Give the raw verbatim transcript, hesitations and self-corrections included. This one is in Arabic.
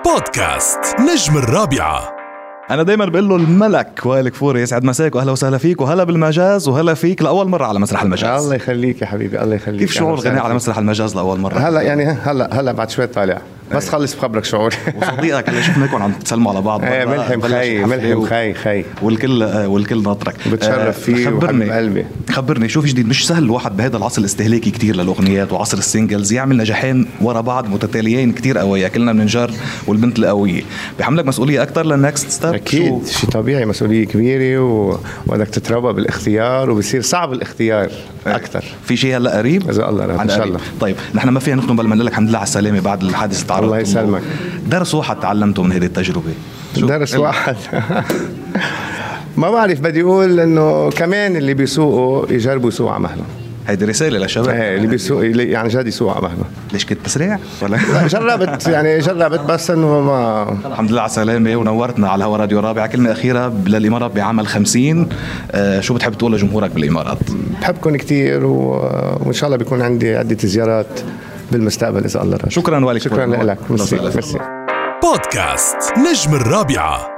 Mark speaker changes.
Speaker 1: بودكاست نجم الرابعة.
Speaker 2: أنا دايما بقول له الملك وائل كفوري، يسعد مساك وأهلا وسهلا فيك، وهلا بالمجاز وهلا فيك لأول مرة على مسرح المجاز.
Speaker 3: الله يخليك يا حبيبي، الله يخليك.
Speaker 2: كيف شعور غناء على مسرح المجاز لأول مرة؟
Speaker 3: هلا يعني هلا هلا بعد شوي طالع بس خلص بخبرك شعوري.
Speaker 2: وصديقك اللي شفناكم عم تسلموا على بعض.
Speaker 3: ايه ملحم خي ملحم خي خي
Speaker 2: والكل والكل ناطرك.
Speaker 3: بتشرف فيه وحبيب قلبي.
Speaker 2: خبرني شو في جديد؟ مش سهل الواحد بهذا العصر الاستهلاكي كتير للأغنيات وعصر السينجلز يعمل نجاحين ورا بعض متتاليين كتير قوية، كلنا بننجر والبنت القوية. بحملك مسؤولية أكتر للنكست ستيب؟
Speaker 3: أكيد شيء طبيعي، مسؤولية كبيرة و... وبدك تتربى بالاختيار وبصير صعب الاختيار أكتر.
Speaker 2: في شيء هلا قريب؟
Speaker 3: إذا الله رب إن شاء الله.
Speaker 2: طيب نحن ما فينا نختم بالمن لك الحمد لله على السلامة بعد الحادث اللي تعرضت.
Speaker 3: الله يسلمك.
Speaker 2: درس واحد تعلمته من هذه التجربة؟
Speaker 3: درس واحد ما بعرف، بدي أقول إنه كمان اللي بيسوقوا يجربوا يسوقوا على مهلهم.
Speaker 2: هيدي رسالة للشباب.
Speaker 3: ايه اللي بيسوق اللي يعني جد يسوق على مهله.
Speaker 2: ليش كنت تسريع ولا؟
Speaker 3: جربت يعني جربت بس انه ما.
Speaker 2: الحمد لله على السلامة ونورتنا على هوا راديو رابعة. كلمة أخيرة للإمارات بعمل خمسين، آه شو بتحب تقول لجمهورك بالإمارات؟
Speaker 3: بحبكم كتير و... وإن شاء الله بيكون عندي عدة زيارات بالمستقبل إذا الله راد.
Speaker 2: شكرا والك.
Speaker 3: شكرا لك. ميرسي.
Speaker 1: بودكاست نجم الرابعة.